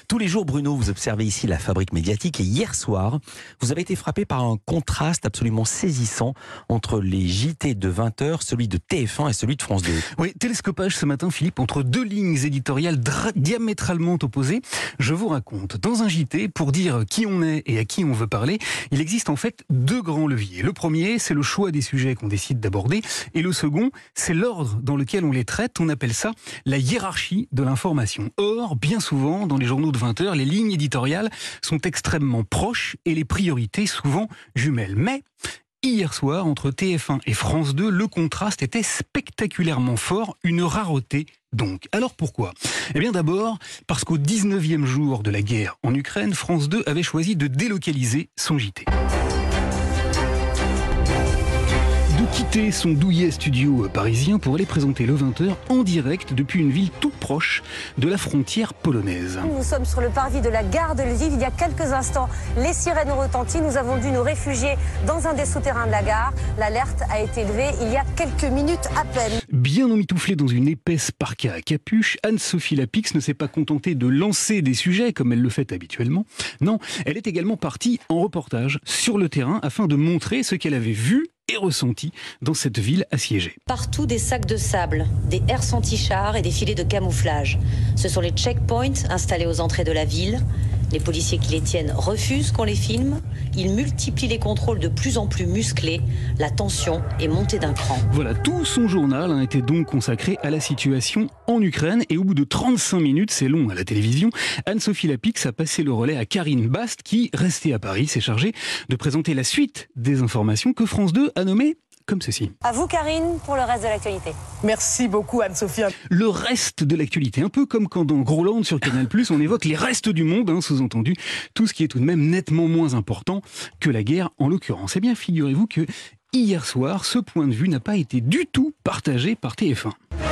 Tous les jours, Bruno, vous observez ici la fabrique médiatique et hier soir, vous avez été frappé par un contraste absolument saisissant entre les JT de 20h, celui de TF1 et celui de France 2. Oui, télescopage ce matin, Philippe, entre deux lignes éditoriales diamétralement opposées. Je vous raconte, dans un JT, pour dire qui on est et à qui on veut parler, il existe en fait deux grands leviers. Le premier, c'est le choix des sujets qu'on décide d'aborder, et le second, c'est l'ordre dans lequel on les traite. On appelle ça la hiérarchie de l'information. Or, bien souvent, dans les journaux de 20h, les lignes éditoriales sont extrêmement proches et les priorités souvent jumelles. Mais hier soir, entre TF1 et France 2, le contraste était spectaculairement fort, une rareté donc. Alors pourquoi ? Eh bien d'abord, parce qu'au 19e jour de la guerre en Ukraine, France 2 avait choisi de délocaliser son JT. De quitter son douillet studio parisien pour aller présenter le 20h en direct depuis une ville toute proche de la frontière polonaise. Nous sommes sur le parvis de la gare de Lviv. Il y a quelques instants, les sirènes ont retenti. Nous avons dû nous réfugier dans un des souterrains de la gare. L'alerte a été levée il y a quelques minutes à peine. Bien emmitouflée dans une épaisse parka à capuche, Anne-Sophie Lapix ne s'est pas contentée de lancer des sujets comme elle le fait habituellement. Non, elle est également partie en reportage sur le terrain afin de montrer ce qu'elle avait vu et ressenti dans cette ville assiégée. Partout des sacs de sable, des herses anti-chars et des filets de camouflage. Ce sont les checkpoints installés aux entrées de la ville. Les policiers qui les tiennent refusent qu'on les filme. Ils multiplient les contrôles de plus en plus musclés. La tension est montée d'un cran. Voilà, tout son journal a été donc consacré à la situation en Ukraine. Et au bout de 35 minutes, c'est long à la télévision, Anne-Sophie Lapix a passé le relais à Karine Bast qui, restée à Paris, s'est chargée de présenter la suite des informations que France 2 a nommées comme ceci. À vous, Karine, pour le reste de l'actualité. Merci beaucoup, Anne-Sophie. Le reste de l'actualité, un peu comme quand dans Groland sur Canal+, on évoque les restes du monde, sous-entendu, tout ce qui est tout de même nettement moins important que la guerre en l'occurrence. Eh bien, figurez-vous que hier soir, ce point de vue n'a pas été du tout partagé par TF1.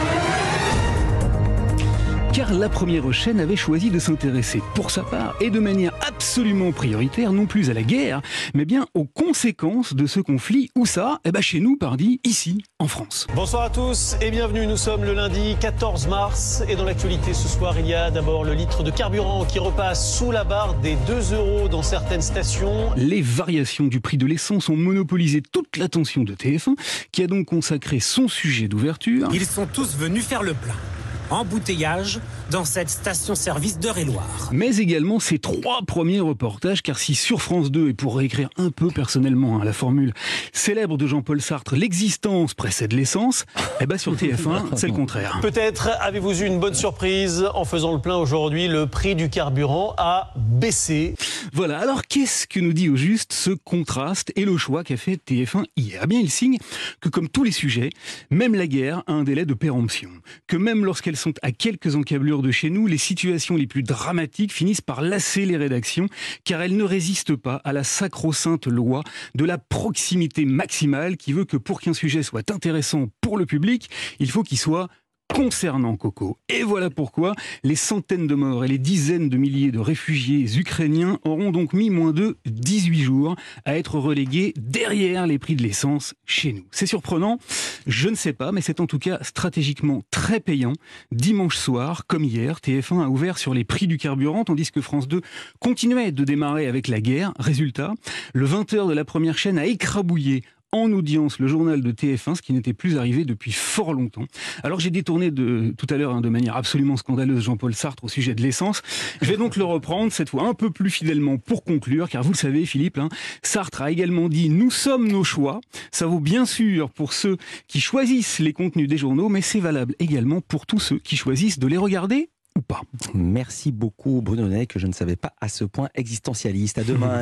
Car la première chaîne avait choisi de s'intéresser, pour sa part, et de manière absolument prioritaire, non plus à la guerre, mais bien aux conséquences de ce conflit. Où ça ? Eh bien chez nous, pardi, ici, en France. Bonsoir à tous et bienvenue. Nous sommes le lundi 14 mars et dans l'actualité ce soir, il y a d'abord le litre de carburant qui repasse sous la barre des 2 € dans certaines stations. Les variations du prix de l'essence ont monopolisé toute l'attention de TF1, qui a donc consacré son sujet d'ouverture. Ils sont tous venus faire le plein. Embouteillage dans cette station-service d'Eure-et-Loir. Mais également ses 3 premiers reportages, car si sur France 2, et pour réécrire un peu personnellement la formule célèbre de Jean-Paul Sartre, l'existence précède l'essence, eh ben sur TF1, c'est le contraire. Peut-être avez-vous eu une bonne surprise en faisant le plein aujourd'hui, le prix du carburant a baissé. Voilà, alors qu'est-ce que nous dit au juste ce contraste et le choix qu'a fait TF1 hier ? Eh bien, il signe que comme tous les sujets, même la guerre a un délai de péremption, que même lorsqu'elles sont à quelques encablures de chez nous, les situations les plus dramatiques finissent par lasser les rédactions, car elles ne résistent pas à la sacro-sainte loi de la proximité maximale qui veut que pour qu'un sujet soit intéressant pour le public, il faut qu'il soit concernant, Coco. Et voilà pourquoi les centaines de morts et les dizaines de milliers de réfugiés ukrainiens auront donc mis moins de 18 jours à être relégués derrière les prix de l'essence chez nous. C'est surprenant, je ne sais pas, mais c'est en tout cas stratégiquement très payant. Dimanche soir, comme hier, TF1 a ouvert sur les prix du carburant, tandis que France 2 continuait de démarrer avec la guerre. Résultat, le 20h de la première chaîne a écrabouillé en audience le journal de TF1, ce qui n'était plus arrivé depuis fort longtemps. Alors j'ai détourné tout à l'heure de manière absolument scandaleuse Jean-Paul Sartre au sujet de l'essence. Je vais donc le reprendre, cette fois un peu plus fidèlement pour conclure, car vous le savez Philippe, Sartre a également dit « Nous sommes nos choix ». Ça vaut bien sûr pour ceux qui choisissent les contenus des journaux, mais c'est valable également pour tous ceux qui choisissent de les regarder ou pas. Merci beaucoup Bruno Ney, que je ne savais pas à ce point existentialiste. À demain.